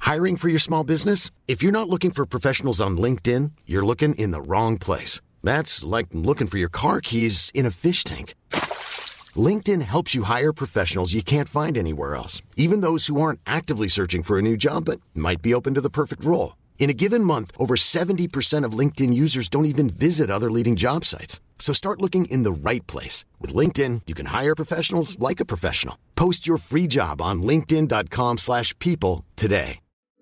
Hiring for your small business? If you're not looking for professionals on LinkedIn, you're looking in the wrong place. That's like looking for your car keys in a fish tank. LinkedIn helps you hire professionals you can't find anywhere else, even those who aren't actively searching for a new job but might be open to the perfect role. In a given month, over 70% of LinkedIn users don't even visit other leading job sites. So start looking in the right place. With LinkedIn, you can hire professionals like a professional. Post your free job on linkedin.com/people today.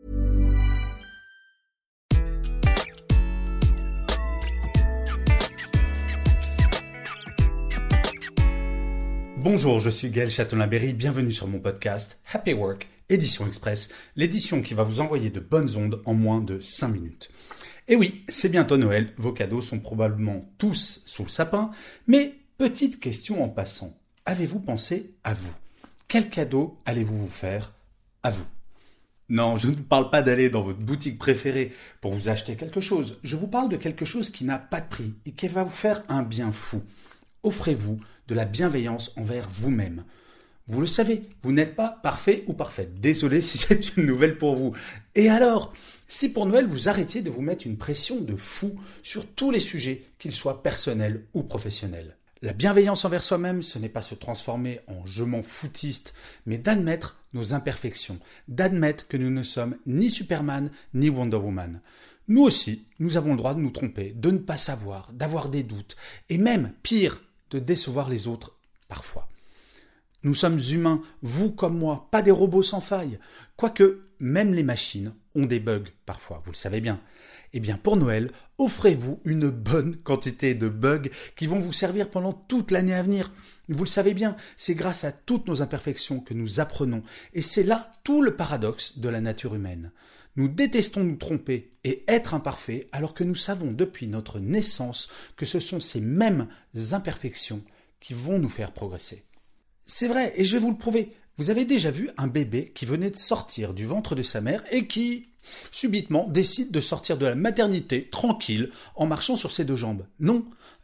Bonjour, je suis Gaël Châtelain-Berry, bienvenue sur mon podcast Happy Work, édition express, l'édition qui va vous envoyer de bonnes ondes en moins de 5 minutes. Et oui, c'est bientôt Noël, vos cadeaux sont probablement tous sous le sapin, mais petite question en passant, avez-vous pensé à vous? Quel cadeau allez-vous vous faire à vous? Non, je ne vous parle pas d'aller dans votre boutique préférée pour vous acheter quelque chose, je vous parle de quelque chose qui n'a pas de prix et qui va vous faire un bien fou. Offrez-vous de la bienveillance envers vous-même. Vous le savez, vous n'êtes pas parfait ou parfaite. Désolé si c'est une nouvelle pour vous. Et alors, si pour Noël vous arrêtiez de vous mettre une pression de fou sur tous les sujets, qu'ils soient personnels ou professionnels. La bienveillance envers soi-même, ce n'est pas se transformer en je m'en foutiste, mais d'admettre nos imperfections, d'admettre que nous ne sommes ni Superman ni Wonder Woman. Nous aussi, nous avons le droit de nous tromper, de ne pas savoir, d'avoir des doutes, et même, pire, de décevoir les autres parfois. Nous sommes humains, vous comme moi, pas des robots sans faille. Quoique, même les machines ont des bugs parfois, vous le savez bien. Eh bien, pour Noël, offrez-vous une bonne quantité de bugs qui vont vous servir pendant toute l'année à venir. Vous le savez bien, c'est grâce à toutes nos imperfections que nous apprenons. Et c'est là tout le paradoxe de la nature humaine. Nous détestons nous tromper et être imparfaits alors que nous savons depuis notre naissance que ce sont ces mêmes imperfections qui vont nous faire progresser. C'est vrai, et je vais vous le prouver. Vous avez déjà vu un bébé qui venait de sortir du ventre de sa mère et qui, subitement, décide de sortir de la maternité tranquille en marchant sur ses deux jambes? Non,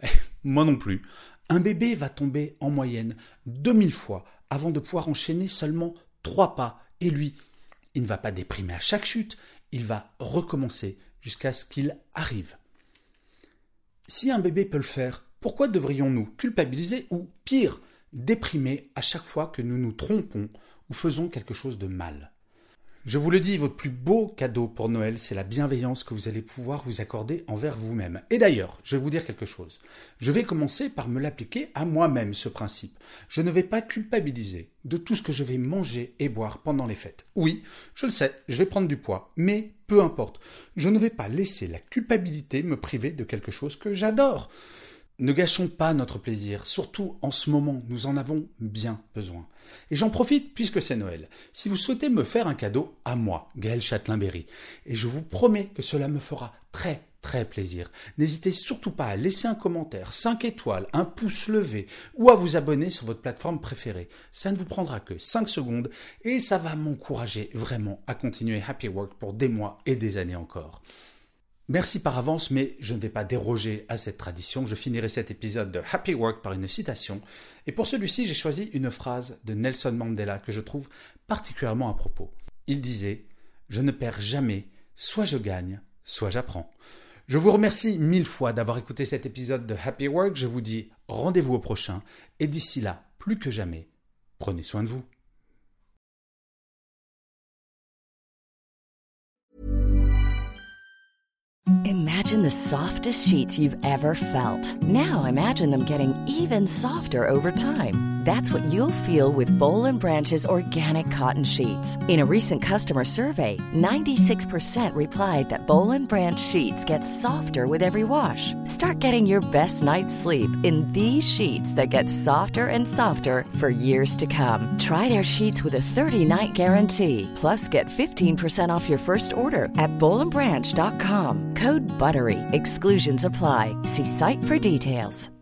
moi non plus. Un bébé va tomber en moyenne 2000 fois avant de pouvoir enchaîner seulement 3 pas. Et lui, il ne va pas déprimer à chaque chute, il va recommencer jusqu'à ce qu'il arrive. Si un bébé peut le faire, pourquoi devrions-nous culpabiliser ou, pire, déprimer à chaque fois que nous nous trompons ou faisons quelque chose de mal? Je vous le dis, votre plus beau cadeau pour Noël, c'est la bienveillance que vous allez pouvoir vous accorder envers vous-même. Et d'ailleurs, je vais vous dire quelque chose. Je vais commencer par me l'appliquer à moi-même, ce principe. Je ne vais pas culpabiliser de tout ce que je vais manger et boire pendant les fêtes. Oui, je le sais, je vais prendre du poids, mais peu importe. Je ne vais pas laisser la culpabilité me priver de quelque chose que j'adore. Ne gâchons pas notre plaisir, surtout en ce moment, nous en avons bien besoin. Et j'en profite puisque c'est Noël. Si vous souhaitez me faire un cadeau à moi, Gaël Châtelain-Berry, et je vous promets que cela me fera très très plaisir, n'hésitez surtout pas à laisser un commentaire, 5 étoiles, un pouce levé ou à vous abonner sur votre plateforme préférée. Ça ne vous prendra que 5 secondes et ça va m'encourager vraiment à continuer Happy Work pour des mois et des années encore. Merci par avance, mais je ne vais pas déroger à cette tradition. Je finirai cet épisode de Happy Work par une citation. Et pour celui-ci, j'ai choisi une phrase de Nelson Mandela que je trouve particulièrement à propos. Il disait « Je ne perds jamais, soit je gagne, soit j'apprends ». Je vous remercie 1000 fois d'avoir écouté cet épisode de Happy Work. Je vous dis rendez-vous au prochain. Et d'ici là, plus que jamais, prenez soin de vous. Imagine the softest sheets you've ever felt. Now imagine them getting even softer over time. That's what you'll feel with Boll & Branch's organic cotton sheets. In a recent customer survey, 96% replied that Boll & Branch sheets get softer with every wash. Start getting your best night's sleep in these sheets that get softer and softer for years to come. Try their sheets with a 30-night guarantee. Plus, get 15% off your first order at bollandbranch.com. Code BUTTERY. Exclusions apply. See site for details.